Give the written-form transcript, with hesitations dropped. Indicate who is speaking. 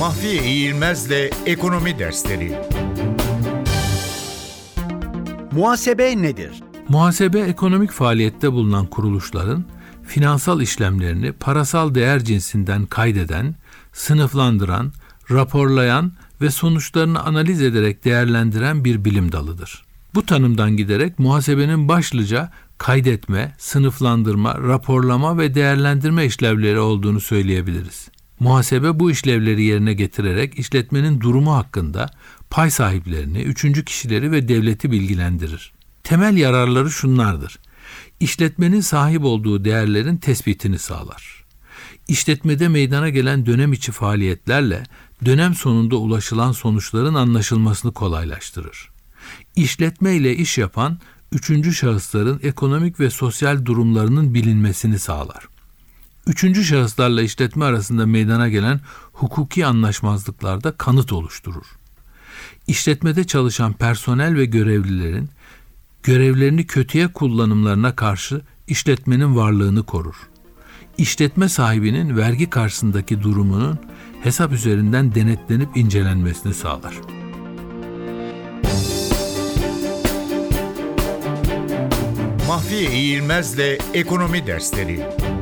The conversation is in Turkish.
Speaker 1: Mahfiye İğilmez'le Ekonomi Dersleri.
Speaker 2: Muhasebe nedir?
Speaker 3: Muhasebe, ekonomik faaliyette bulunan kuruluşların finansal işlemlerini parasal değer cinsinden kaydeden, sınıflandıran, raporlayan ve sonuçlarını analiz ederek değerlendiren bir bilim dalıdır. Bu tanımdan giderek muhasebenin başlıca kaydetme, sınıflandırma, raporlama ve değerlendirme işlevleri olduğunu söyleyebiliriz. Muhasebe bu işlevleri yerine getirerek işletmenin durumu hakkında pay sahiplerini, üçüncü kişileri ve devleti bilgilendirir. Temel yararları şunlardır: İşletmenin sahip olduğu değerlerin tespitini sağlar. İşletmede meydana gelen dönem içi faaliyetlerle dönem sonunda ulaşılan sonuçların anlaşılmasını kolaylaştırır. İşletme ile iş yapan üçüncü şahısların ekonomik ve sosyal durumlarının bilinmesini sağlar. Üçüncü şahıslarla işletme arasında meydana gelen hukuki anlaşmazlıklarda kanıt oluşturur. İşletmede çalışan personel ve görevlilerin görevlerini kötüye kullanımlarına karşı işletmenin varlığını korur. İşletme sahibinin vergi karşısındaki durumunun hesap üzerinden denetlenip incelenmesini sağlar.
Speaker 1: Mahfiye İğilmez'le Ekonomi Dersleri.